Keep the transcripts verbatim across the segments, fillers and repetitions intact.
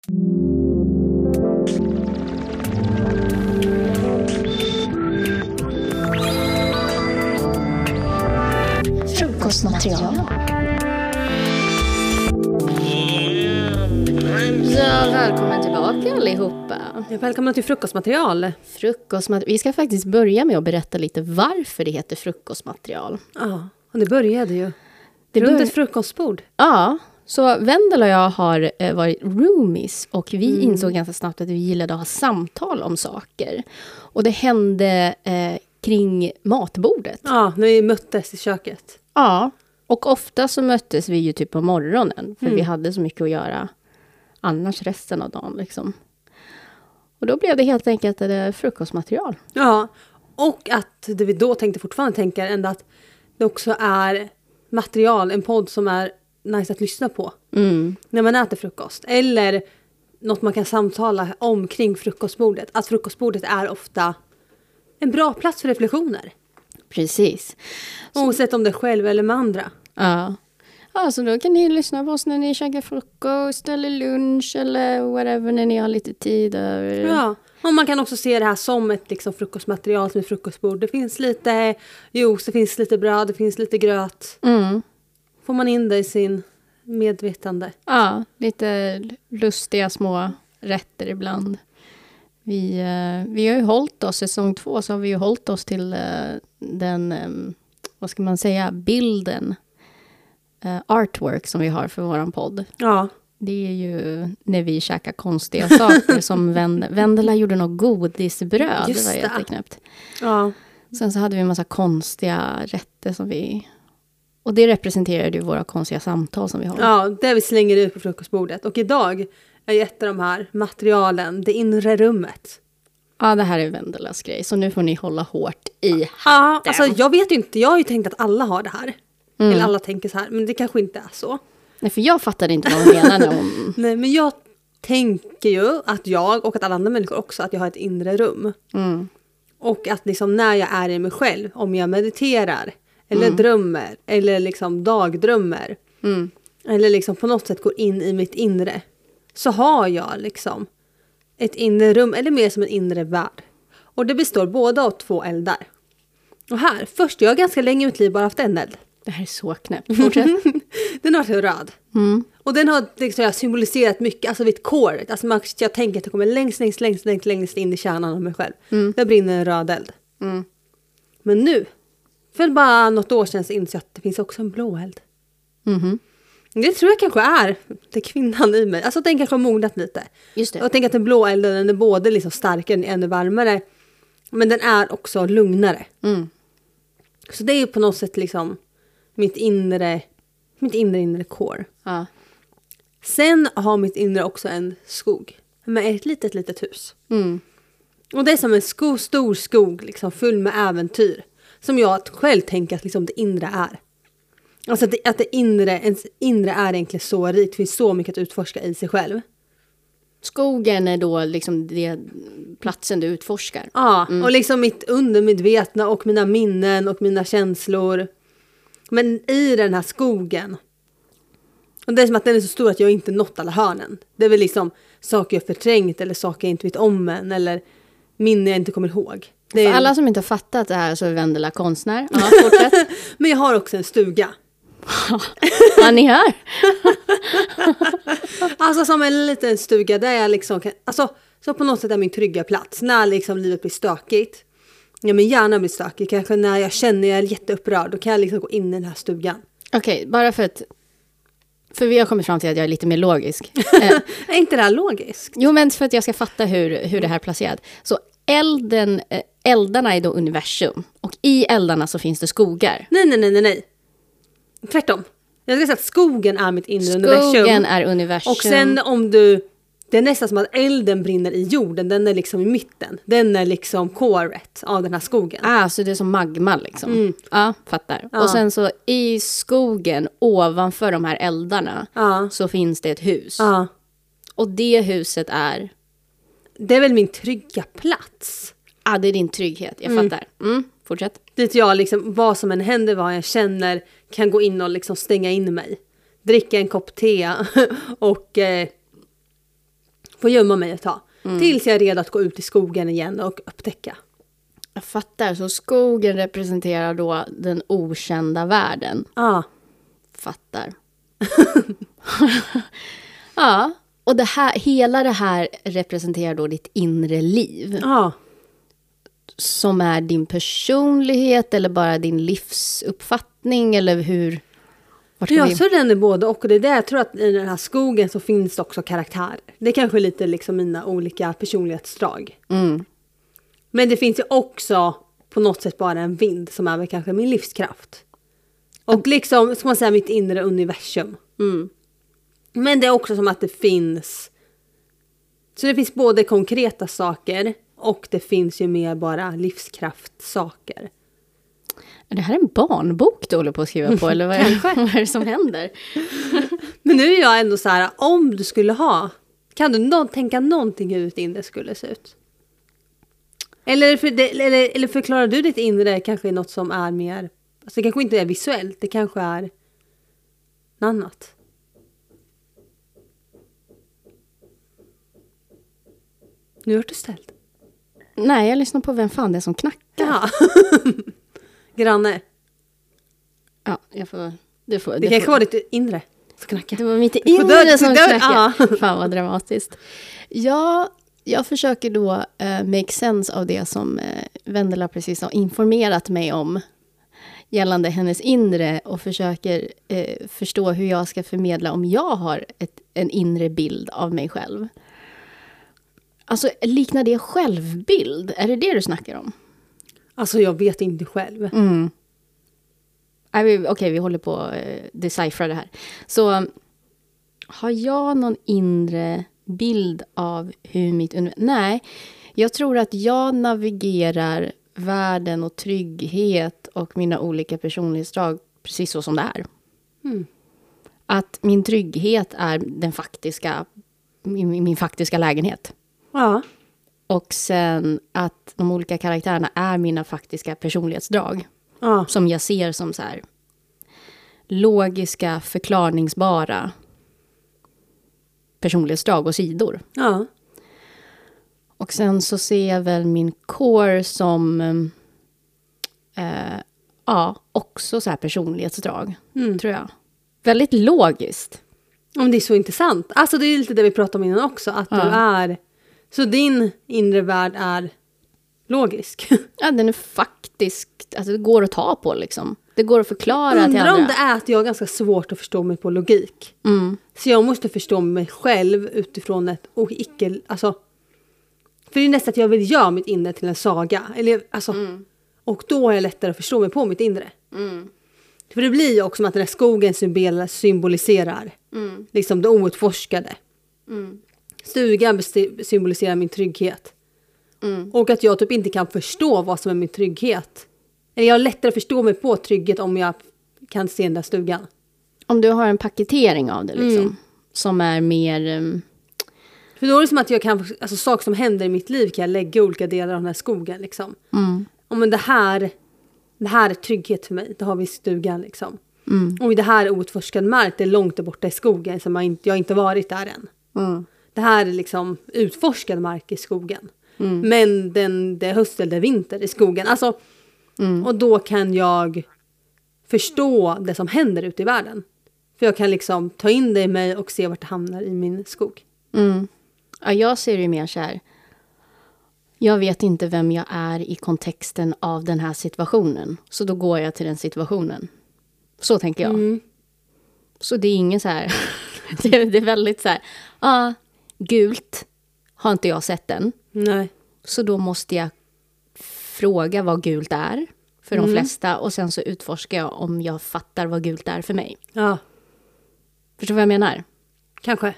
Frukostmaterial. Ja, välkommen tillbaka allihopa. Ja, välkomna till frukostmaterial. Frukostmaterial. Vi ska faktiskt börja med att berätta lite varför det heter frukostmaterial. Ja, och det började ju det runt bör... ett frukostbord. Ja, så Vendela och jag har eh, varit roomies och vi mm. insåg ganska snabbt att vi gillade att ha samtal om saker. Och det hände eh, kring matbordet. Ja, när vi möttes i köket. Ja, och ofta så möttes vi ju typ på morgonen. För mm. vi hade så mycket att göra annars resten av dagen liksom. Och då blev det helt enkelt ett frukostmaterial. Ja, och att det vi då tänkte fortfarande tänka ändå att det också är material, en podd som är nice att lyssna på. Mm. När man äter frukost. Eller något man kan samtala om kring frukostbordet. Att frukostbordet är ofta en bra plats för reflektioner. Precis. Oavsett om det är själv eller med andra. Ja. Ja, så då kan ni lyssna på oss när ni käkar frukost eller lunch eller whatever när ni har lite tid över. Ja, och man kan också se det här som ett liksom, frukostmaterial som ett frukostbord. Det finns lite juice, det finns lite bröd, det finns lite gröt. Mm. Får man in det i sin medvetande. Ja, lite lustiga små rätter ibland. Vi, uh, vi har ju hållit oss, säsong två så har vi ju hållit oss till uh, den, um, vad ska man säga, bilden. Uh, artwork som vi har för våran podd. Ja. Det är ju när vi käkar konstiga saker som Vend- Vendela gjorde något godisbröd. Just det var det. jätteknäppt. Ja. Sen så hade vi en massa konstiga rätter som vi... Och det representerade ju våra konstiga samtal som vi har. Ja, det vi slänger ut på frukostbordet. Och idag är ju ett av de här materialen, det inre rummet. Ja, det här är Vendelas grej. Så nu får ni hålla hårt i hatten. Ja, alltså jag vet ju inte. Jag har ju tänkt att alla har det här. Mm. Eller alla tänker så här. Men det kanske inte är så. Nej, för jag fattade inte vad hon menade om... Nej, men jag tänker ju att jag och att alla andra människor också att jag har ett inre rum. Mm. Och att liksom när jag är i mig själv, om jag mediterar eller Mm. drömmer eller liksom dagdrömmer Mm. eller liksom på något sätt går in i mitt inre, så har jag liksom ett inre rum eller mer som en inre värld. Och det består både av två eldar. Och här, först jag har ganska länge i mitt liv bara haft en eld. Det här är så knäppt. Fortsätt. Den har varit röd. Mm. Och den har liksom symboliserat mycket, alltså vid coret. Alltså man, jag tänker att det kommer längst, längst, längst, längst, längst in i kärnan av mig själv. Mm. Där brinner en röd eld. Mm. Men nu, för bara något år sedan så insåg jag att det finns också en blå eld. Mm-hmm. Det tror jag kanske är det kvinnan i mig. Alltså den kanske har mognat lite. Just det. Jag tänker att den blå elden den är både liksom starkare, den är ännu varmare. Men den är också lugnare. Mm. Så det är ju på något sätt liksom mitt inre, mitt inre inre core. Ja. Sen har mitt inre också en skog. Med ett litet, litet hus. Mm. Och det är som en sko, stor skog liksom, full med äventyr. Som jag själv tänker att liksom, det inre är. Alltså att det, att det inre, ens inre är egentligen så rikt. Det finns så mycket att utforska i sig själv. Skogen är då liksom det, platsen du utforskar. Ja, Mm. och liksom mitt undermedvetna och mina minnen och mina känslor. Men i den här skogen. Och det är som att den är så stor att jag inte nått alla hörnen. Det är väl liksom saker jag förträngt eller saker jag inte vet om än. Eller minnen jag inte kommer ihåg. Det är... För alla som inte har fattat det här så är Vendela konstnär. Ja, fortsätt. Men jag har också en stuga. Ja, ni hör. Alltså som en liten stuga där jag liksom kan, alltså så på något sätt är min trygga plats. När liksom livet blir stökigt. Ja, men gärna blir stökigt. Kanske när jag känner jag är jätteupprörd. Då kan jag liksom gå in i den här stugan. Okej, okay, bara för att... För vi har kommit fram till att jag är lite mer logisk. eh, är inte det här logiskt? jo, men för att jag ska fatta hur, hur det här är placerat. Så elden, eh, eldarna är då universum. Och i eldarna så finns det skogar. Nej, nej, nej, nej, nej. Tvärtom. Jag ska säga att skogen är mitt inre Skogen universum. Skogen är universum. Och sen om du... Det är nästan som att elden brinner i jorden. Den är liksom i mitten. Den är liksom coret av den här skogen. Ah, så det är som magma liksom. Mm. Ja, fattar. Ja. Och sen så i skogen ovanför de här eldarna Ja. så finns det ett hus. Ja. Och det huset är... Det är väl min trygga plats. Ja, ah, det är din trygghet. Jag Mm. fattar. Mm, fortsätt. Dit jag liksom, vad som än händer, vad jag känner, kan gå in och liksom stänga in mig. Dricka en kopp te och... Eh, Får gömma mig ett tag. Mm. Tills jag är redo att gå ut i skogen igen och upptäcka. Jag fattar. Så skogen representerar då den okända världen. Ja. Fattar. Ja. Och det här, hela det här representerar då ditt inre liv. Ja. Som är din personlighet eller bara din livsuppfattning eller hur... Vart ska Ja, vi? så den är både och. Och det är där jag tror att i den här skogen så finns det också karaktärer. Det är kanske lite liksom mina olika personlighetsdrag. Mm. Men det finns ju också på något sätt bara en vind som är väl kanske min livskraft. Och liksom, ska man säga, mitt inre universum. Mm. Men det är också som att det finns... Så det finns både konkreta saker och det finns ju mer bara livskraftsaker. Är det här en barnbok du håller på att skriva på? Eller vad är, vad är det som händer? Men nu är jag ändå så här, om du skulle ha... Kan du no- tänka någonting hur ditt inre skulle se ut? Eller, för det, eller, eller förklarar du ditt inre kanske är något som är mer... Alltså det kanske inte är visuellt, det kanske är något annat. Nu är du ställd. Nej, jag lyssnar på vem fan det är som knackar. Ja. Granne. Ja, jag får... Det, får, Det, det, kanske får, var ditt inre som knackar. det var mitt får inre dö- som dö- knackar. ja. Fan vad dramatiskt. Ja, jag försöker då uh, make sense av det som uh, Vendela precis har informerat mig om gällande hennes inre och försöker uh, förstå hur jag ska förmedla om jag har ett, en inre bild av mig själv. Alltså, liknar det självbild? Är det det du snackar om? Alltså jag vet inte själv. Mm. Okej, okay, vi håller på att uh, decipher det här. Så um, har jag någon inre bild av hur mitt... Nej, jag tror att jag navigerar världen och trygghet och mina olika personlighetsdrag precis så som det är. Mm. Att min trygghet är den faktiska, min, min faktiska lägenhet. Ja. Och sen att de olika karaktärerna är mina faktiska personlighetsdrag. Ja. Som jag ser som så här logiska, förklaringsbara personlighetsdrag och sidor. Ja. Och sen så ser jag väl min core som eh, ja, också så här personlighetsdrag, Mm. tror jag. Väldigt logiskt. Om det är så intressant. Alltså det är lite det vi pratade om innan också. Att Ja. du är... Så din inre värld är logisk. Ja, den är faktiskt, alltså det går att ta på liksom. Det går att förklara till Undrar andra. om det är att jag har ganska svårt att förstå mig på logik. Mm. Så jag måste förstå mig själv utifrån ett och icke... Alltså, för det är nästan att jag vill göra mitt inre till en saga. Eller, alltså, Mm. Och då har jag lättare att förstå mig på mitt inre. Mm. För det blir ju också som att den här skogen symbol- symboliserar Mm. liksom det outforskade. Mm. Stugan besti- symboliserar min trygghet. Mm. Och att jag typ inte kan förstå vad som är min trygghet. Eller jag har lättare att förstå mig på trygghet om jag kan se den där stugan. Om du har en paketering av det liksom. Mm. Som är mer... Um, För då är det som att jag kan, alltså saker som händer i mitt liv kan jag lägga i olika delar av den här skogen liksom. mm. Ja, men det här, det här är trygghet för mig. Det har vi i stugan liksom. Mm. Och det här är outforskad mark. Det är långt där borta i skogen. Som jag inte, jag har inte varit där än. Mm. Det här är liksom utforskad mark i skogen. Mm. Men den, det är höst eller vinter i skogen. Alltså, Mm. och då kan jag förstå det som händer ute i världen. För jag kan liksom ta in det i mig och se vart det hamnar i min skog. Mm. Ja, jag ser det ju mer så här. Jag vet inte vem jag är i kontexten av den här situationen. Så då går jag till den situationen. Så tänker jag. Mm. Så det är ingen så här... det, det är väldigt så här... Ja, gult har inte jag sett än. Nej. Så då måste jag fråga vad gult är för de Mm. flesta. Och sen så utforskar jag om jag fattar vad gult är för mig. Ja, Förstår du vad jag menar? kanske.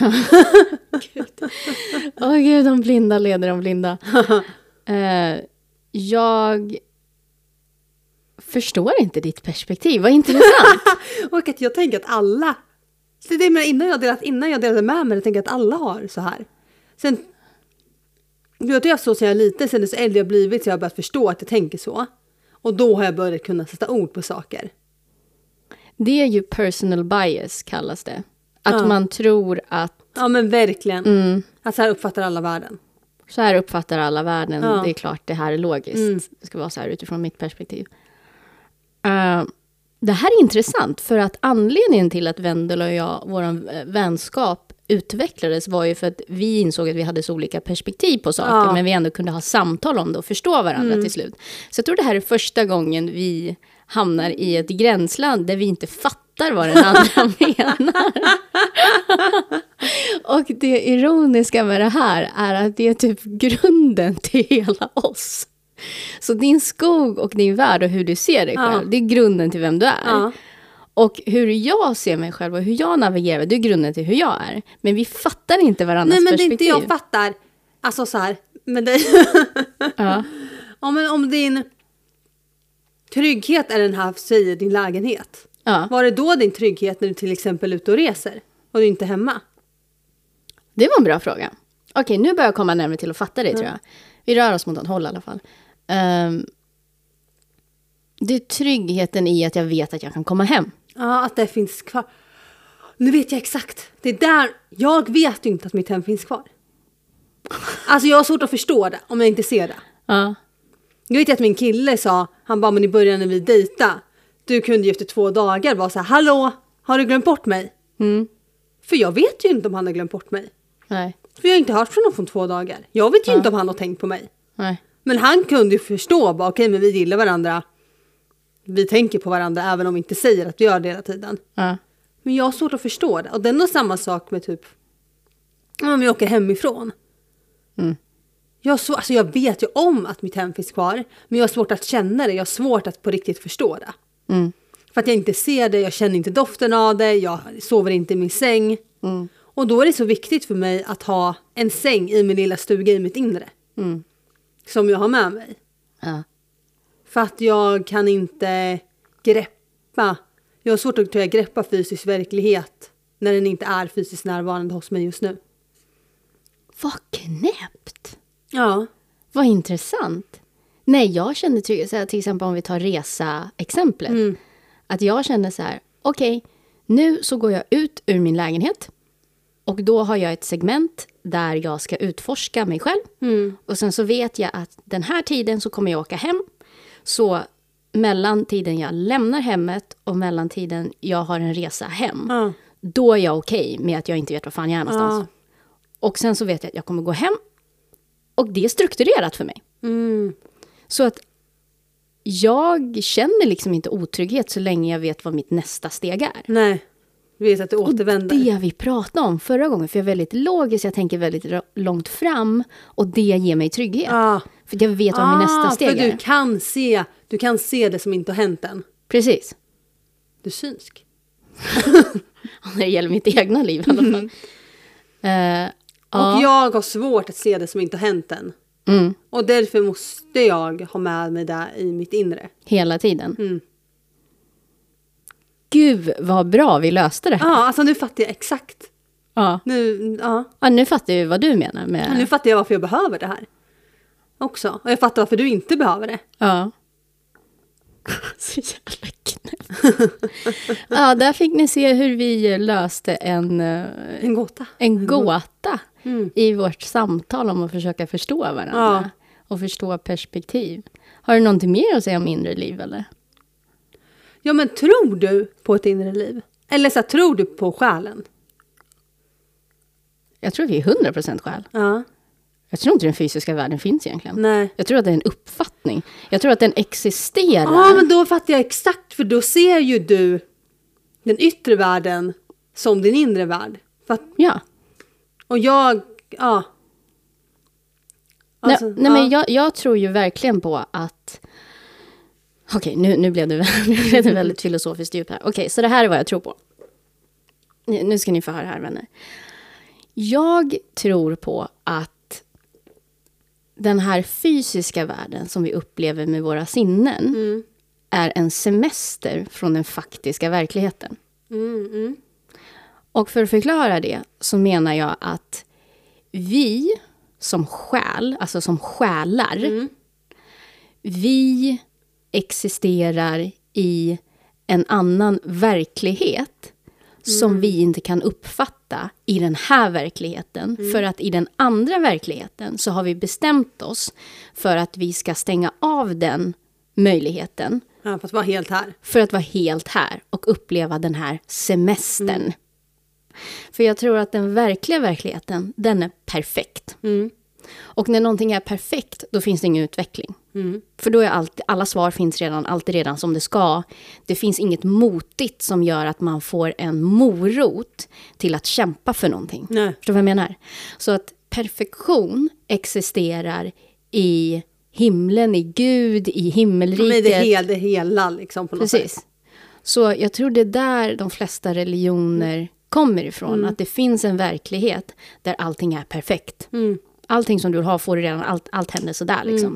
Åh gud, de blinda leder de blinda. Eh, jag förstår inte ditt perspektiv. Vad intressant. Och att jag tänker att alla... Så det är med innan jag delat innan jag delade med mig, jag tänker att alla har så här. Sen... Jag tror jag så sen jag är liten, sen så äldre jag blivit så jag har börjat förstå att jag tänker så. Och då har jag börjat kunna sätta ord på saker. Det är ju personal bias kallas det. Att Ja. man tror att Ja men verkligen. Mm. Att så här uppfattar alla världen. Så här uppfattar alla världen. Ja. Det är klart, det här är logiskt. Mm. Det ska vara så här utifrån mitt perspektiv. Uh, det här är intressant. För att anledningen till att Wendel och jag, vår vänskap utvecklades var ju för att vi insåg att vi hade så olika perspektiv på saker. Ja. Men vi ändå kunde ha samtal om det och förstå varandra Mm. till slut. Så jag tror det här är första gången vi hamnar i ett gränsland där vi inte fattar vad den andra menar. Och det ironiska med det här är att det är typ grunden till hela oss. Så din skog och din värld och hur du ser dig själv, Ja. det är grunden till vem du är. Ja. Och hur jag ser mig själv och hur jag navigerar, det är grunden till hur jag är. Men vi fattar inte varandras Nej men det är perspektiv. inte jag fattar. Alltså så här. Men det... Ja. om, om din trygghet är den här, säger din lägenhet. Ja. Var är då din trygghet när du till exempel är ute och reser? Och du är inte hemma? Det var en bra fråga. Okej, nu börjar jag komma närmare till att fatta det tror jag. Vi rör oss mot ett håll i alla fall. Um, det är tryggheten i att jag vet att jag kan komma hem. Ja, att det finns kvar. Nu vet jag exakt. Det är där, jag vet ju inte att mitt hem finns kvar. Alltså jag har svårt att förstå det om jag inte ser det. Ja. Jag vet ju att min kille sa, han bara, men i början när vi dejta, du kunde ju efter två dagar vara så här, hallå, har du glömt bort mig? Mm. För jag vet ju inte om han har glömt bort mig. Nej. För jag har inte hört från honom från två dagar. Jag vet ju Ja. inte om han har tänkt på mig. Nej. Men han kunde ju förstå, bara, okej men vi gillar varandra. Vi tänker på varandra även om vi inte säger att vi gör det hela tiden. Ja. Men jag har svårt att förstå det. Och det är nog samma sak med typ, om jag åker hemifrån. Mm. Jag, så, alltså jag vet ju om att mitt hem finns kvar. Men jag har svårt att känna det. Jag har svårt att på riktigt förstå det. Mm. För att jag inte ser det, jag känner inte doften av det. Jag sover inte i min säng. Mm. Och då är det så viktigt för mig att ha en säng i min lilla stuga i mitt inre. Mm. Som jag har med mig. Ja. För att jag kan inte greppa. Jag har svårt att tror jag, greppa fysisk verklighet. När den inte är fysiskt närvarande hos mig just nu. Vad knäppt. Ja. Vad intressant. Nej, jag kände trygghet, så här, till exempel om vi tar resa-exemplet. Mm. Att jag kände så här, okej, nu så går jag ut ur min lägenhet. Och då har jag ett segment där jag ska utforska mig själv. Mm. Och sen så vet jag att den här tiden så kommer jag åka hem. Så mellan tiden jag lämnar hemmet och mellan tiden jag har en resa hem. Ja. Då är jag okej med att jag inte vet var fan jag är någonstans. Ja. Och sen så vet jag att jag kommer gå hem. Och det är strukturerat för mig. Mm. Så att jag känner liksom inte otrygghet så länge jag vet vad mitt nästa steg är. Nej. Du vet att det återvänder. Det vi pratade om förra gången. För jag är väldigt logisk, jag tänker väldigt r- långt fram. Och det ger mig trygghet. Ja. För jag vet vad min nästa steg för är. du kan se, du kan se det som inte har hänt än. Precis. Du är synsk. När det gäller mitt egna liv i alla fall. Eh, ja. Och jag har svårt att se det som inte har hänt än. Mm, Och därför måste jag ha med mig det i mitt inre. hela tiden. Mm. Gud vad bra vi löste det här. Ja, alltså nu fattar jag exakt. Ja. Nu, ja. Ja, nu fattar vi vad du menar med... Nu fattar jag varför jag behöver det här. Också. Och jag fattar varför du inte behöver det. Ja. Så jävla knäppt. Ja, där fick ni se hur vi löste en, eh, En gåta. en gåta Mm. i vårt samtal om att försöka förstå varandra. Ja. Och förstå perspektiv. Har du någonting mer att säga om inre liv eller? Ja, men tror du på ett inre liv? Eller så här, tror du på själen? Jag tror vi är hundra procent själ. Ja. Jag tror inte den fysiska världen finns egentligen. Nej. Jag tror att det är en uppfattning. Jag tror att den existerar. Ja, men då fattar jag exakt. För då ser ju du den yttre världen som din inre värld. För att, Ja. och jag, ja. Alltså, nej, nej ja. men jag, jag tror ju verkligen på att... Okej, nu, nu blev det, nu blev det väldigt filosofiskt djup här. Okej, så det här är vad jag tror på. Nu nu ska ni få höra här, vänner. Jag tror på att den här fysiska världen som vi upplever med våra sinnen Mm. är en semester från den faktiska verkligheten. Mm, mm. Och för att förklara det så menar jag att vi som själ, alltså som själar, Mm. vi existerar i en annan verklighet som Mm. vi inte kan uppfatta i den här verkligheten. Mm. För att i den andra verkligheten så har vi bestämt oss för att vi ska stänga av den möjligheten. Ja, för att vara helt här. För att vara helt här och uppleva den här semestern. Mm. För jag tror att den verkliga verkligheten, den är perfekt. Mm. Och när någonting är perfekt, då finns det ingen utveckling. Mm. För då är allt, alla svar finns redan, alltid redan som det ska. Det finns inget motigt som gör att man får en morot till att kämpa för någonting. Nej. Förstår du vad jag menar? Så att perfektion existerar i himlen, i Gud, i himmelriket. Men det, hel, det hela liksom på något Precis. sätt. Så jag tror det är där de flesta religioner kommer ifrån. Mm. Att det finns en verklighet där allting är perfekt. Mm. Allting som du har får du redan, allt, allt händer sådär liksom.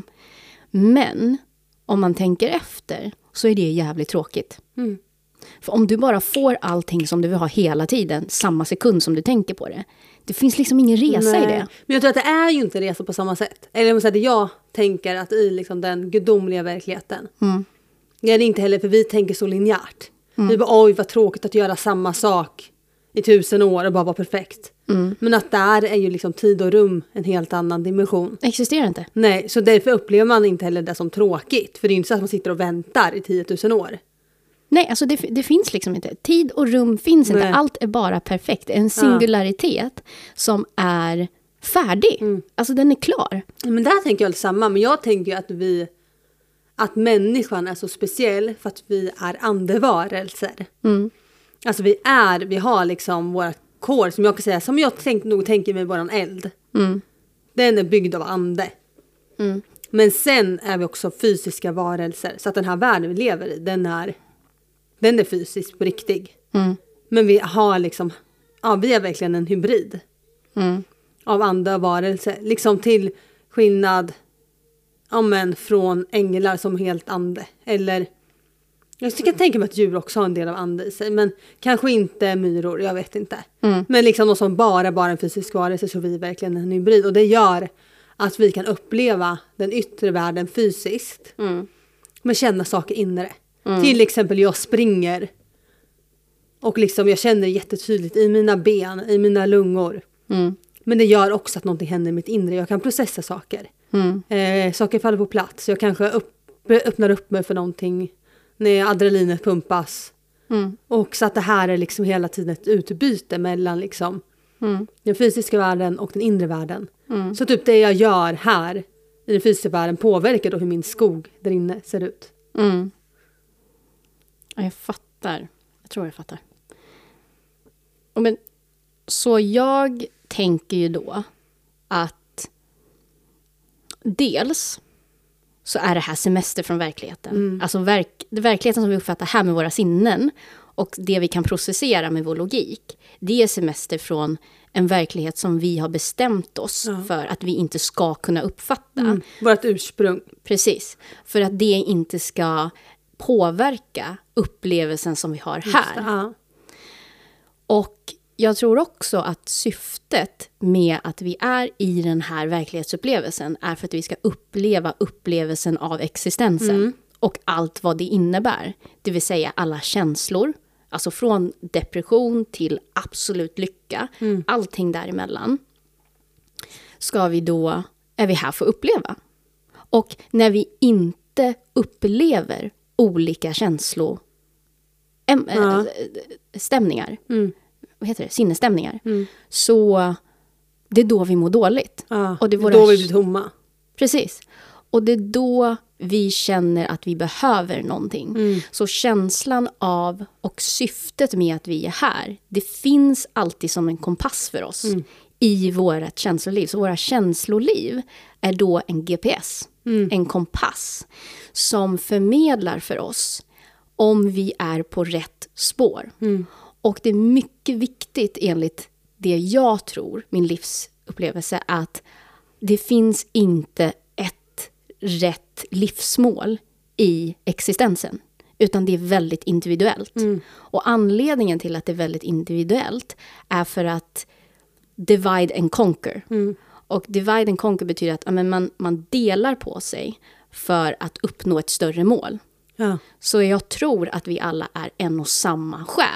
Men om man tänker efter så är det jävligt tråkigt. Mm. För om du bara får allting som du vill ha hela tiden, samma sekund som du tänker på det. Det finns liksom ingen resa Nej. i det. Men jag tror att det är ju inte resa på samma sätt. Eller jag måste säga, jag tänker att i liksom den gudomliga verkligheten. Mm. Det är det inte heller, för vi tänker så linjärt. Mm. Vi bara, oj vad tråkigt att göra samma sak i tusen år och bara vara perfekt. Mm. Men att där är ju liksom tid och rum en helt annan dimension. Existerar inte. Nej, så därför upplever man inte heller det som tråkigt. För det är ju inte så att man sitter och väntar i tiotusen år. Nej, alltså det, det finns liksom inte. Tid och rum finns inte. Nej. Allt är bara perfekt. En singularitet som är färdig. Mm. Alltså den är klar. Men där tänker jag samma. Men jag tänker ju att vi... Att människan är så speciell för att vi är andevarelser. Mm. Alltså vi är... Vi har liksom våra kår som jag kan säga... Som jag tänk, nog tänker med våran eld. Mm. Den är byggd av ande. Mm. Men sen är vi också fysiska varelser. Så att den här världen vi lever i, den är... Den är fysisk på riktigt. Mm. Men vi har liksom... Ja, vi är verkligen en hybrid. Mm. Av andra varelser. Liksom till skillnad... Ja, men från änglar som helt ande. Eller... Jag kan tänka mig att djur också har en del av ande i sig. Men kanske inte myror, jag vet inte. Mm. Men liksom någon som bara, bara en fysisk varelse, så vi är verkligen en hybrid. Och det gör att vi kan uppleva den yttre världen fysiskt. Mm. Men känna saker inre. Mm. Till exempel jag springer. Och liksom jag känner jättetydligt i mina ben, i mina lungor. Mm. Men det gör också att någonting händer i mitt inre. Jag kan processa saker. Mm. Eh, saker faller på plats. Jag kanske upp, öppnar upp mig för någonting när adrenalinet pumpas. Mm. Och så att det här är liksom hela tiden ett utbyte mellan liksom Mm. den fysiska världen och den inre världen. Mm. Så typ det jag gör här i den fysiska världen påverkar då hur min skog där inne ser ut. Mm. Ja, jag fattar. Jag tror jag fattar. Och men, så jag tänker ju då att dels så är det här semester från verkligheten. Mm. Alltså verk, det verkligheten som vi uppfattar här med våra sinnen och det vi kan processera med vår logik. Det är semester från en verklighet som vi har bestämt oss Ja. för att vi inte ska kunna uppfatta. Mm. Vårt ursprung. Precis. För att det inte ska påverka upplevelsen som vi har Just det, här. ja. Och jag tror också att syftet med att vi är i den här verklighetsupplevelsen är för att vi ska uppleva upplevelsen av existensen. Mm. Och allt vad det innebär. Det vill säga alla känslor. Alltså från depression till absolut lycka. Mm. Allting däremellan. Ska vi då, är vi här för att uppleva. Och när vi inte upplever olika känslor, äm, Ja. äh, stämningar, Mm. vad heter det, sinnesstämningar, Mm. så det är då vi mår dåligt. Ja. Och det är Det är våra- då vi blir tomma. Precis. Och det är då vi känner att vi behöver någonting. Mm. Så känslan av och syftet med att vi är här, det finns alltid som en kompass för oss Mm. i vårt känsloliv. Så våra känsloliv är då en G P S, Mm. en kompass som förmedlar för oss om vi är på rätt spår. Mm. Och det är mycket viktigt enligt det jag tror, min livsupplevelse, att det finns inte ett rätt livsmål i existensen. Utan det är väldigt individuellt. Mm. Och anledningen till att det är väldigt individuellt är för att divide and conquer. Mm. Och divide and conquer betyder att ja, men man, man delar på sig för att uppnå ett större mål. Ja. Så jag tror att vi alla är en och samma själ.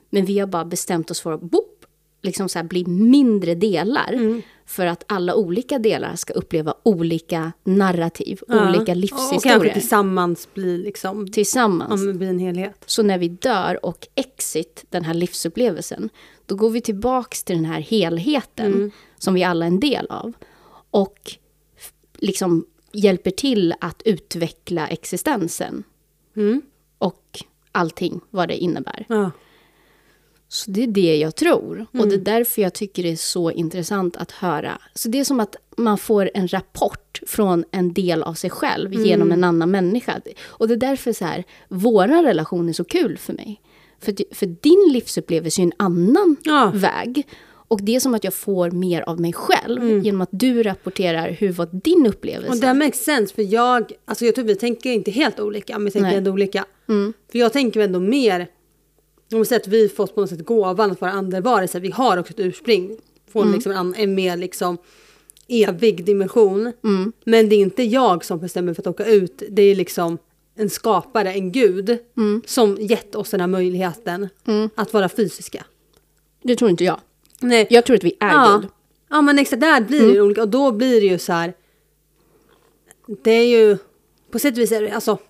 Men vi har bara bestämt oss för att boop, liksom så här, bli mindre delar. Mm. För att alla olika delar ska uppleva olika narrativ, ja. olika livshistorier. Och kanske tillsammans bli liksom... Tillsammans. Ja, bli en helhet. Så när vi dör och exit den här livsupplevelsen, då går vi tillbaks till den här helheten mm. som vi alla är en del av. Och liksom hjälper till att utveckla existensen. Mm. Och allting vad det innebär. Ja. Så det är det jag tror. Mm. Och det är därför jag tycker det är så intressant att höra. Så det är som att man får en rapport från en del av sig själv mm. genom en annan människa. Och det är därför så här, våra relation är så kul för mig. För, för din livsupplevelse är en annan ja. väg. Och det är som att jag får mer av mig själv mm. genom att du rapporterar hur var din upplevelse. Och det makes sense, för jag, alltså jag tror vi tänker inte helt olika, men vi tänker Nej. ändå olika. Mm. För jag tänker ändå mer, om vi säger att vi fått på något sätt gåvan att vara andevarelser, vi har också ett ursprung från mm. liksom en, en mer liksom evig dimension. Mm. Men det är inte jag som bestämmer för att åka ut, det är liksom en skapare, en gud mm. som gett oss den här möjligheten mm. att vara fysiska. Det tror inte jag. Nej. Jag tror att vi är ja. Gud. Ja, men exakt, där blir mm. det olika. Och då blir det ju så här, det är ju, på sätt och vis är det, alltså,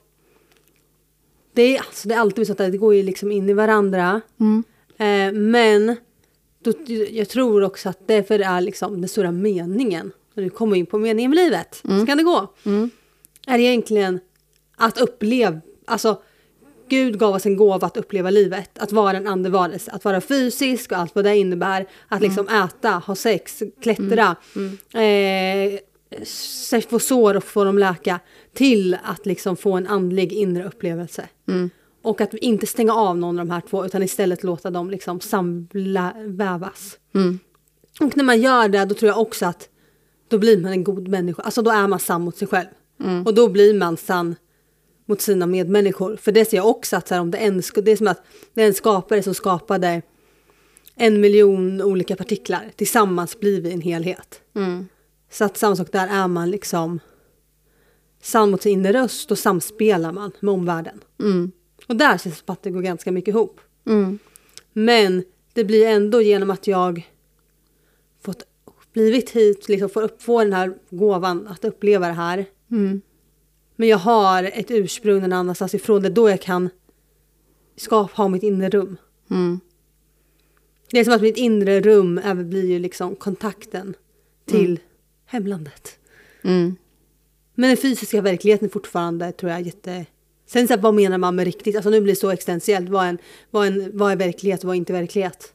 det är, alltså, det är alltid så att det går ju liksom in i varandra. Mm. Eh, men då, jag tror också att det för det är liksom den stora meningen, när du kommer in på meningen med livet, mm. så kan det gå. Mm. Är egentligen att uppleva, alltså Gud gav oss en gåva att uppleva livet, att vara en andevarelse, att vara fysisk och allt vad det innebär, att liksom mm. äta, ha sex, klättra, mm. Mm. Eh, få sår och få dem läka, till att liksom få en andlig inre upplevelse. Mm. Och att inte stänga av någon av de här två, utan istället låta dem liksom samvävas. Mm. Och när man gör det, då tror jag också att då blir man en god människa. Alltså då är man sann mot sig själv. Mm. Och då blir man sann mot sina medmänniskor. För det ser jag också att så här, om det, en, det är som att det är en skapare som skapade en miljon olika partiklar. Tillsammans blir vi en helhet. Mm. Så att samma sak där, är man liksom sann mot sin inre röst, och samspelar man med omvärlden. Mm. Och där känns det som att det går ganska mycket ihop. Mm. Men det blir ändå genom att jag fått blivit hit, liksom får upp, få den här gåvan att uppleva det här. Mm. Men jag har ett ursprung någon annanstans ifrån, det då jag kan skapa, ha mitt inre rum. Mm. Det är som att mitt inre rum även blir ju liksom kontakten till mm. hemlandet. Mm. Men den fysiska verkligheten är fortfarande, tror jag, jätte... Sen så här, vad menar man med riktigt? Alltså nu blir det så existentiellt. Vad är, en, vad, är en, vad är verklighet och vad är inte verklighet?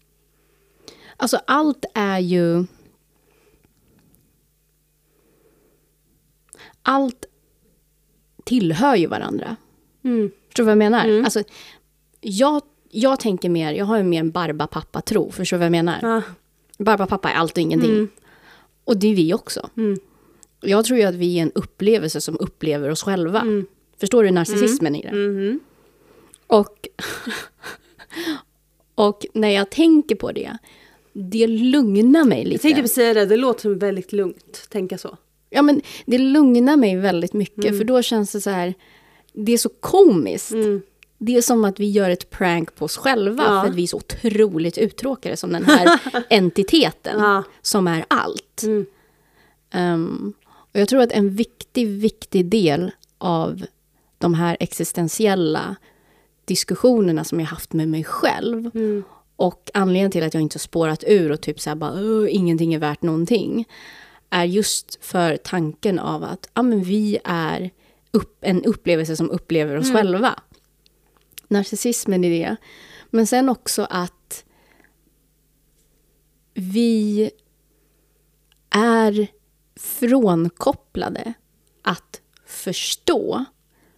Alltså allt är ju... Allt tillhör ju varandra. Mm. Förstår du vad jag menar? Mm. Alltså, jag, jag tänker mer, jag har ju mer en Barbapappa-tro. Förstår du vad jag menar? Ja. Barbapappa är allt och ingenting. Mm. Och det är vi också. Mm. Jag tror ju att vi är en upplevelse som upplever oss själva. Mm. Förstår du narcissismen mm. i det? Mm. Och, och när jag tänker på det, det lugnar mig lite. Jag tänkte säga det, det låter som väldigt lugnt, tänka så. Ja, men det lugnar mig väldigt mycket. Mm. För då känns det så här, det är så komiskt. Mm. Det är som att vi gör ett prank på oss själva. Ja. För att vi är så otroligt uttråkade som den här entiteten. Ja. Som är allt. Mm. Um, och jag tror att en viktig, viktig del av de här existentiella diskussionerna som jag haft med mig själv. Mm. Och anledningen till att jag inte har spårat ur och typ så här bara, ingenting är värt någonting. Är just för tanken av att ja, men vi är upp, en upplevelse som upplever oss mm. själva. Narcissismen i det. Men sen också att vi är frånkopplade att förstå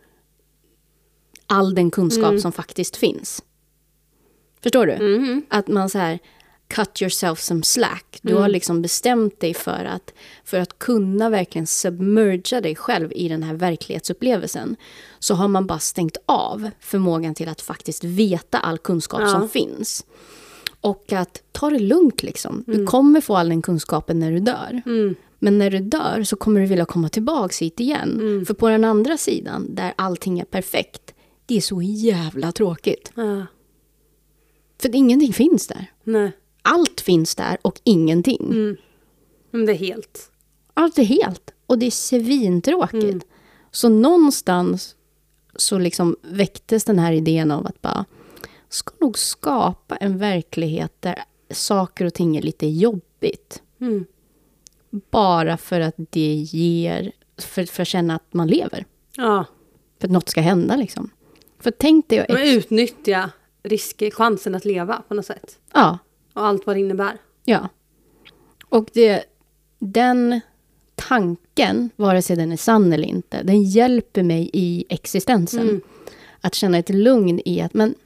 all den kunskap mm. som faktiskt finns. Förstår du? Mm. Att man så här cut yourself some slack. Du mm. har liksom bestämt dig för att för att kunna verkligen submerga dig själv i den här verklighetsupplevelsen, så har man bara stängt av förmågan till att faktiskt veta all kunskap ja. som finns. Och att ta det lugnt liksom. Mm. Du kommer få all den kunskapen när du dör. Mm. Men när du dör så kommer du vilja komma tillbaka hit igen. Mm. För på den andra sidan, där allting är perfekt, det är så jävla tråkigt. Ja. För att ingenting finns där. Nej. Allt finns där och ingenting. Mm. Men det är helt. Allt är helt. Och det är svintråkigt. Mm. Så någonstans så liksom väcktes den här idén av att bara ska nog skapa en verklighet där saker och ting är lite jobbigt. Mm. Bara för att det ger, för, för att känna att man lever. Ja. För att något ska hända liksom. För tänk dig... Men utnyttja risker, chansen att leva på något sätt. Ja. Och allt vad det innebär. Ja. Och det, den tanken, vare sig den är sann eller inte, den hjälper mig i existensen. Mm. Att känna ett lugn i att, men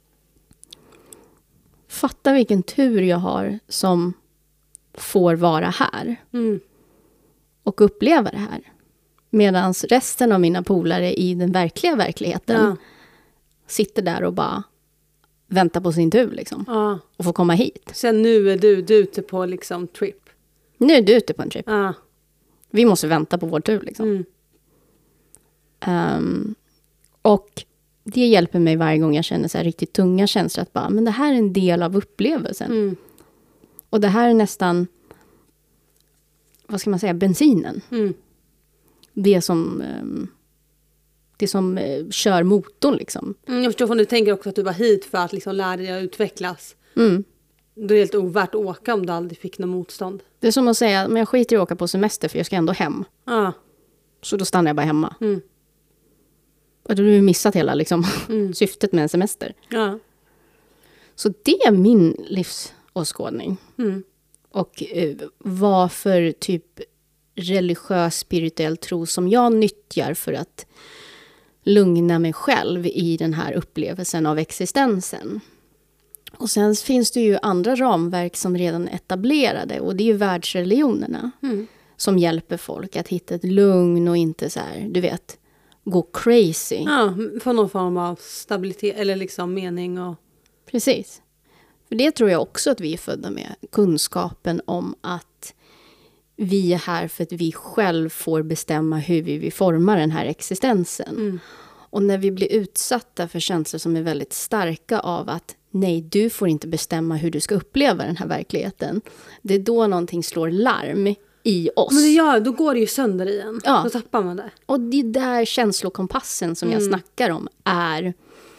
fatta vilken tur jag har som får vara här. Mm. Och uppleva det här. Medan resten av mina polare i den verkliga verkligheten ja. sitter där och bara väntar på sin tur liksom. Ja. Och får komma hit. Sen nu är du, du ute på liksom trip. Nu är du ute på en trip. Ja. Vi måste vänta på vår tur liksom. Mm. Um, och det hjälper mig varje gång jag känner så här riktigt tunga känslor. Att bara, men det här är en del av upplevelsen. Mm. Och det här är nästan, vad ska man säga, bensinen. Mm. Det som, um, det som uh, kör motorn liksom. Mm, jag förstår om du tänker också att du var hit för att liksom lära dig att utvecklas. Mm. Då är det helt ovärt att åka om du aldrig fick någon motstånd. Det är som att säga, men jag skiter i att åka på semester för jag ska ändå hem. Ja. Så då stannar jag bara hemma. Mm. Och då har du missat hela liksom, mm. syftet med en semester. Ja. Så det är min livsåskådning. Mm. Och eh, vad för typ religiös spirituell tro som jag nyttjar för att lugna mig själv i den här upplevelsen av existensen. Och sen finns det ju andra ramverk som redan är etablerade. Och det är ju världsreligionerna. Mm. Som hjälper folk att hitta ett lugn och inte så här, du vet, gå crazy. Ja, få någon form av stabilitet eller liksom mening och... Precis. För det tror jag också att vi är födda med. Kunskapen om att vi är här för att vi själv får bestämma hur vi vill forma den här existensen. Mm. Och när vi blir utsatta för känslor som är väldigt starka av att nej, du får inte bestämma hur du ska uppleva den här verkligheten. Det är då någonting slår larm i oss. Men det gör, då går det ju sönder igen. Ja. Då tappar man det. Och det är där känslokompassen som Mm. jag snackar om är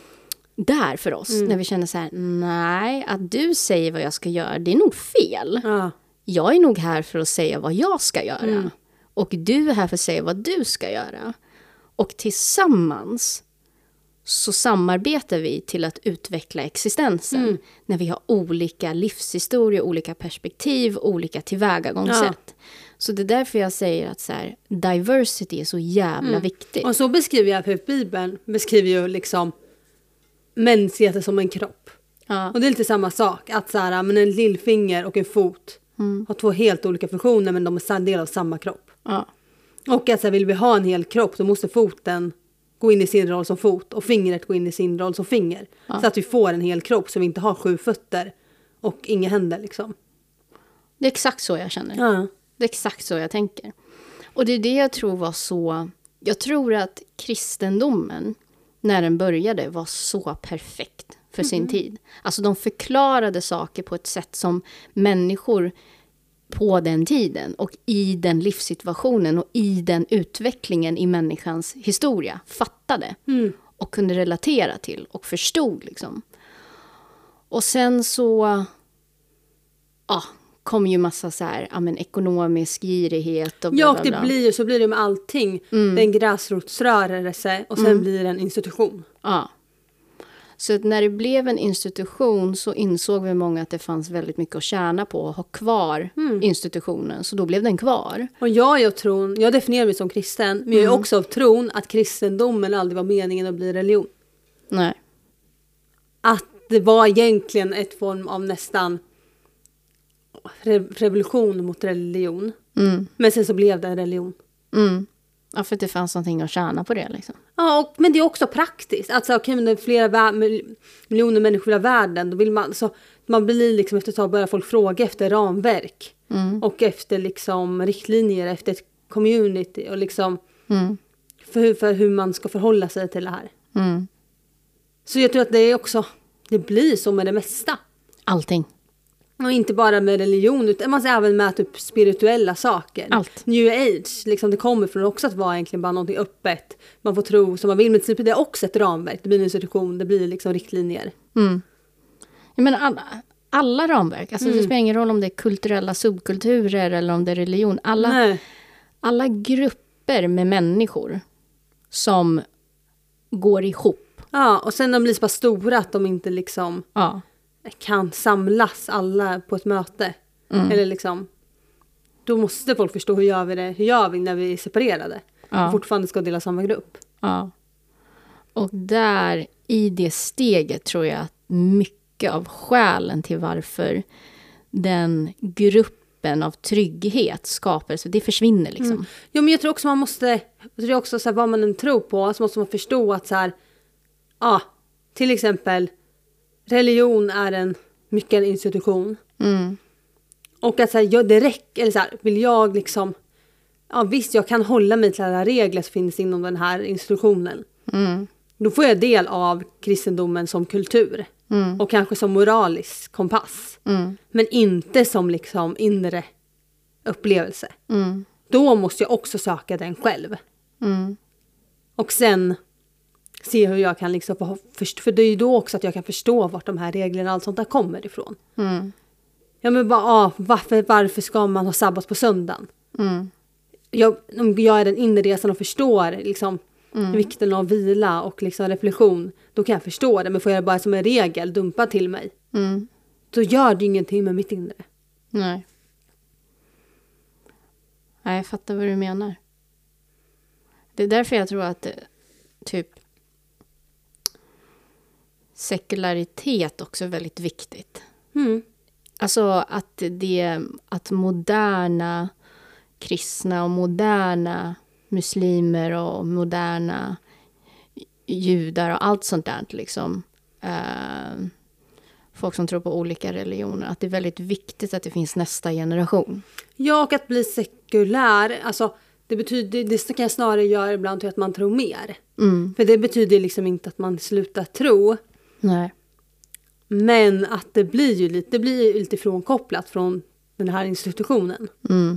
där för oss. Mm. När vi känner så här, nej, att du säger vad jag ska göra, det är nog fel. Ja. Jag är nog här för att säga vad jag ska göra. Mm. Och du är här för att säga vad du ska göra. Och tillsammans så samarbetar vi till att utveckla existensen. Mm. När vi har olika livshistorier, olika perspektiv, olika tillvägagångssätt. Ja. Så det är därför jag säger att så här, diversity är så jävla mm. viktigt. Och så beskriver jag för Bibeln, beskriver ju liksom mänskligheten som en kropp. Ja. Och det är lite samma sak, att så här, men en lillfinger och en fot mm. har två helt olika funktioner, men de är en del av samma kropp. Ja. Och att så här, vill vi ha en hel kropp, då måste foten gå in i sin roll som fot och fingret gå in i sin roll som finger. Ja. Så att vi får en hel kropp så vi inte har sju fötter och inga händer liksom. Det är exakt så jag känner. Ja. Det är exakt så jag tänker. Och det är det jag tror var så... Jag tror att kristendomen, när den började, var så perfekt för mm. sin tid. Alltså de förklarade saker på ett sätt som människor på den tiden och i den livssituationen och i den utvecklingen i människans historia fattade. Mm. Och kunde relatera till och förstod liksom. Och sen så... Ja... kom ju massa så här, ja, men ekonomisk girighet och bla, ja, och bla, det bla. blir ju så blir det med allting. Mm. Det är en gräsrotsrörelse och sen mm. blir det en institution. Ja. Så att när det blev en institution så insåg vi många att det fanns väldigt mycket att tjäna på att ha kvar mm. institutionen. Så då blev den kvar. Och jag är av tron, jag definierar mig som kristen, men jag är mm. också av tron att kristendomen aldrig var meningen att bli religion. Nej. Att det var egentligen ett form av nästan revolution mot religion. Mm. Men sen så blev det en religion. Mm. Ja, för att det fanns någonting att tjäna på det liksom. Ja, och, men det är också praktiskt. Alltså, okej, men det är flera vä- miljoner människor i världen. Då vill man, så, man blir liksom efter ett tag börjar folk fråga efter ramverk. Mm. Och efter liksom riktlinjer, efter ett community. Och liksom mm. för, för hur man ska förhålla sig till det här. Mm. Så jag tror att det är också... det blir så med det mesta. Allting. Och inte bara med religion, utan man säger även med typ spirituella saker. Allt. New age, liksom det kommer från också att vara egentligen bara någonting öppet. Man får tro som man vill, men det är också ett ramverk. Det blir en institution, det blir liksom riktlinjer. Mm. Jag menar, alla, alla ramverk, alltså Mm. det spelar ingen roll om det är kulturella subkulturer eller om det är religion. Alla, alla grupper med människor som går ihop. Ja, och sen de blir så pass stora att de inte liksom Ja. kan samlas alla på ett möte. Mm. Eller liksom, då måste folk förstå hur gör vi det, hur gör vi när vi är separerade. Ja. Och fortfarande ska dela samma grupp. Ja. Och där, i det steget, tror jag att mycket av skälen till varför den gruppen av trygghet skapades, det försvinner liksom. Mm. Jo, men jag tror också man måste, jag tror också så här, vad man än tror på, så måste man förstå att så här, ja, till exempel religion är en mycket en institution. Mm. Och att så här, jag, det räcker, eller så här, vill jag liksom, ja visst jag kan hålla mig till alla regler som finns inom den här institutionen. Mm. Då får jag del av kristendomen som kultur. Mm. Och kanske som moralisk kompass. Mm. Men inte som liksom inre upplevelse. Mm. Då måste jag också söka den själv. Mm. Och sen se hur jag kan liksom få, först, för det är ju då också att jag kan förstå vart de här reglerna och allt sånt där kommer ifrån. Mm. Ja men bara, ah, varför, varför ska man ha sabbat på söndagen? Mm. Jag, om jag är den inresan och förstår liksom Mm. vikten av vila och liksom reflektion, då kan jag förstå det. Men får jag bara som en regel dumpa till mig, Mm. då gör det ingenting med mitt inre. Nej. Nej, jag fattar vad du menar. Det är därför jag tror att eh, typ sekularitet också är väldigt viktigt. Mm. Alltså att det, att moderna kristna och moderna muslimer och moderna judar och allt sånt där liksom, eh, folk som tror på olika religioner, att det är väldigt viktigt att det finns nästa generation. Ja, och att bli sekulär, alltså det betyder, det kan jag snarare göra ibland till att man tror mer. Mm. För det betyder liksom inte att man slutar tro, Nej. men att det blir ju lite, det blir ju lite frånkopplat från den här institutionen. Mm.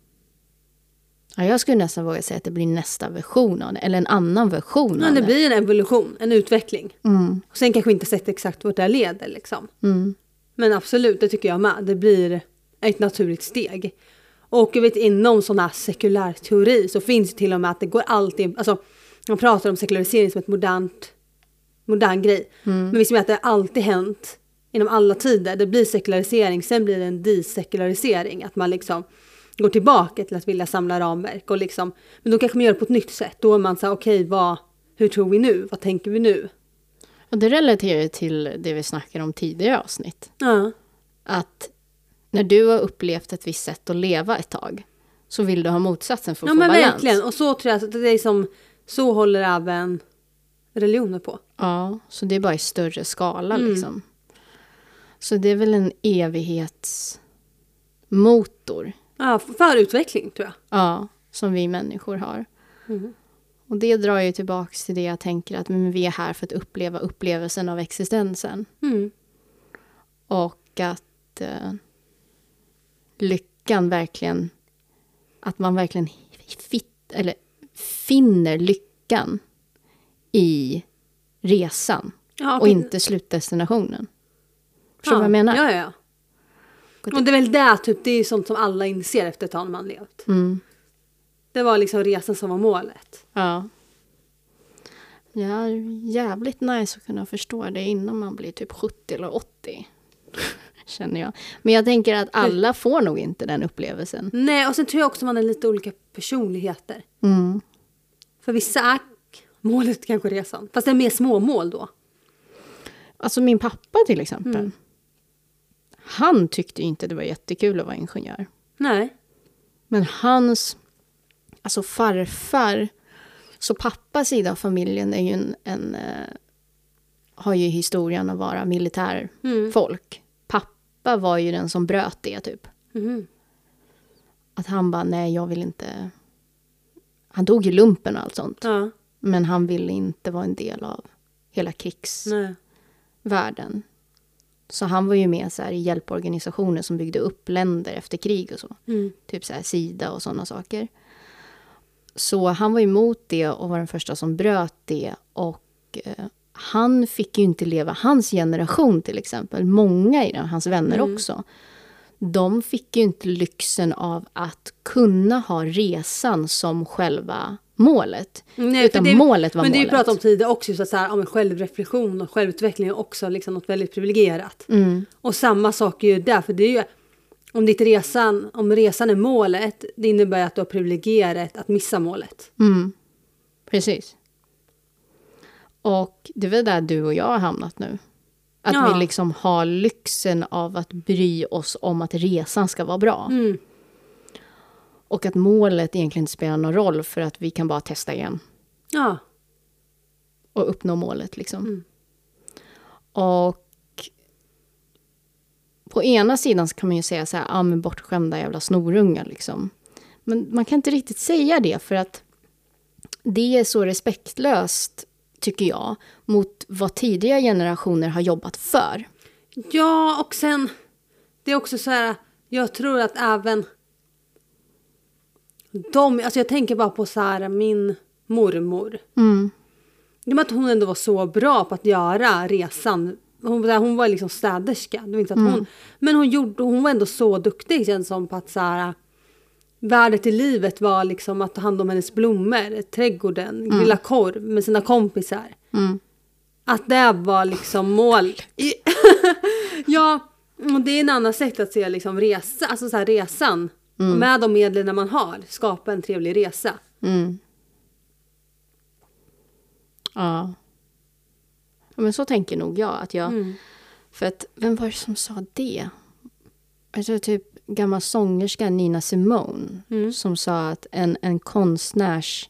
Ja, jag skulle nästan våga säga att det blir nästa version av det, eller en annan version Ja, av det det. blir en evolution, en utveckling. Mm. Och sen kanske inte sett exakt vart det leder liksom. Mm. Men absolut, det tycker jag med. Det blir ett naturligt steg. Och jag vet, inom sån här sekulär teori så finns det till och med att det går alltid, alltså man pratar om sekularisering som ett modernt, modern grej. Mm. Men visst är att det har alltid hänt inom alla tider. Det blir sekularisering, sen blir det en desekularisering. Att man liksom går tillbaka till att vilja samla ramverk. Och liksom, men då kanske man gör det på ett nytt sätt. Då är man så här, okej, okay, vad, hur tror vi nu? Vad tänker vi nu? Och det relaterar ju till det vi snackade om tidigare avsnitt. Ja. Att när du har upplevt ett visst sätt att leva ett tag, så vill du ha motsatsen för att Ja, få men balans. verkligen. Och så tror jag att det är som, så håller även religioner på. Ja, så det är bara i större skala Mm. liksom. Så det är väl en evighetsmotor. Ja, för utveckling tror jag. Ja, som vi människor har. Mm. Och det drar ju tillbaks till det jag tänker att men vi är här för att uppleva upplevelsen av existensen. Mm. Och att eh, lyckan verkligen, att man verkligen fit, eller finner lyckan i resan Ja, och inte slutdestinationen. Förstår du vad jag menar? Ja, ja, ja. Och det är väl det, typ, det är sånt som alla inser efter ett tag man levt. Mm. Det var liksom resan som var målet. Ja. Ja, jävligt nice att kunna förstå det innan man blir typ sjuttio eller åttio. Känner jag. Men jag tänker att alla får nog inte den upplevelsen. Nej, och sen tror jag också man är lite olika personligheter. Mm. För vissa är målet kanske resan. Fast det är mer små mål då. Alltså min pappa till exempel. Mm. Han tyckte ju inte det var jättekul att vara ingenjör. Nej. Men hans, alltså farfar, så pappas sida av familjen är ju en, en eh, har ju historien att vara militärfolk. Mm. Pappa var ju den som bröt det typ. Mm. Att han bara, nej jag vill inte, han dog i lumpen och allt sånt. Ja. Men han ville inte vara en del av hela krigsväsendet. världen. Så han var ju med så här, i hjälporganisationer som byggde upp länder efter krig och så. Mm. Typ så här Sida och sådana saker. Så han var emot det och var den första som bröt det. Och eh, han fick ju inte leva, hans generation till exempel, många i den, hans vänner mm. också. De fick ju inte lyxen av att kunna ha resan som själva målet. Nej, utan det, målet var men målet. Men det är ju pratat om tidigare också, så att så här, om självreflektion och självutveckling är också liksom något väldigt privilegierat. Mm. Och samma sak är ju där, för det är ju, om ditt resan, om resan är målet, det innebär att du har privilegierat att missa målet. Mm. Precis. Och det är väl där du och jag har hamnat nu. Att ja. vi liksom har lyxen av att bry oss om att resan ska vara bra. Mm. Och att målet egentligen inte spelar någon roll för att vi kan bara testa igen. Ja. Och uppnå målet liksom. Mm. Och på ena sidan så kan man ju säga så här, ja men bortskämda jävla snorungar liksom. Men man kan inte riktigt säga det för att det är så respektlöst, tycker jag, mot vad tidigare generationer har jobbat för. Ja, och sen det är också så här, jag tror att även de, alltså jag tänker bara på så här, min mormor. Mm. Det var att hon ändå var så bra på att göra resan. Hon, hon var liksom städerska. Det var inte att hon, mm. Men hon, gjorde, hon var ändå så duktig, känns som, på att så här, värdet i livet var liksom att ta hand om hennes blommor, trädgården, mm. grilla korv med sina kompisar. Mm. Att det var liksom mål. Ja, och det är en annan sätt att se liksom resa, alltså så här resan. Mm. Med de medlen man har, skapa en trevlig resa. Mm. Ja. Men så tänker nog jag. Att jag mm. För att, vem var det som sa det? Alltså typ gamla sångerska Nina Simone. Mm. Som sa att en, en konstnärs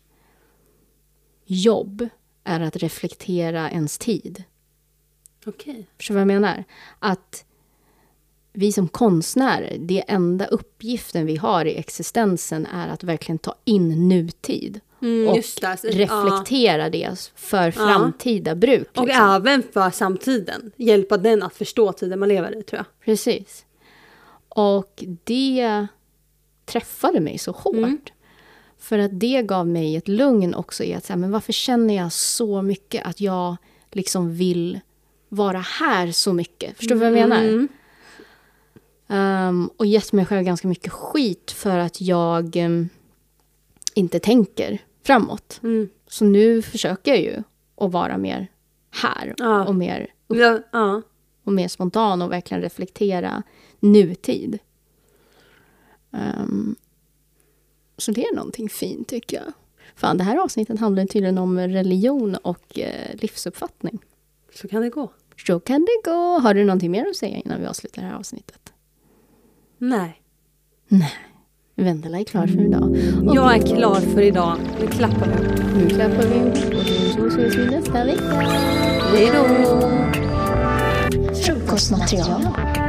jobb är att reflektera ens tid. Okej. Okay. Förstår du vad jag menar? Att vi som konstnärer, det enda uppgiften vi har i existensen är att verkligen ta in nutid. Mm, och just det. reflektera ja. det för framtida ja. bruk. Liksom. Och även för samtiden. Hjälpa den att förstå tiden man lever i, tror jag. Precis. Och det träffade mig så hårt. Mm. För att det gav mig ett lugn också i att säga, men varför känner jag så mycket att jag liksom vill vara här så mycket? Förstår du vad jag menar? Mm. Um, och gett mig själv ganska mycket skit för att jag um, inte tänker framåt. Mm. Så nu försöker jag ju att vara mer här ja. och mer upp, ja. Ja. och mer spontan och verkligen reflektera nutid. Um, så det är någonting fint, tycker jag. Fan, det här avsnittet handlar tydligen om religion och eh, livsuppfattning. Så kan det gå. Så kan det gå. Har du någonting mer att säga innan vi avslutar det här avsnittet? Nej. Nej. Vendela är klar för idag. Och jag är klar för idag. Nu klappar vi. Nu klappar vi. Och så ses vi nästa vecka. Hej då. Frukostmaterial.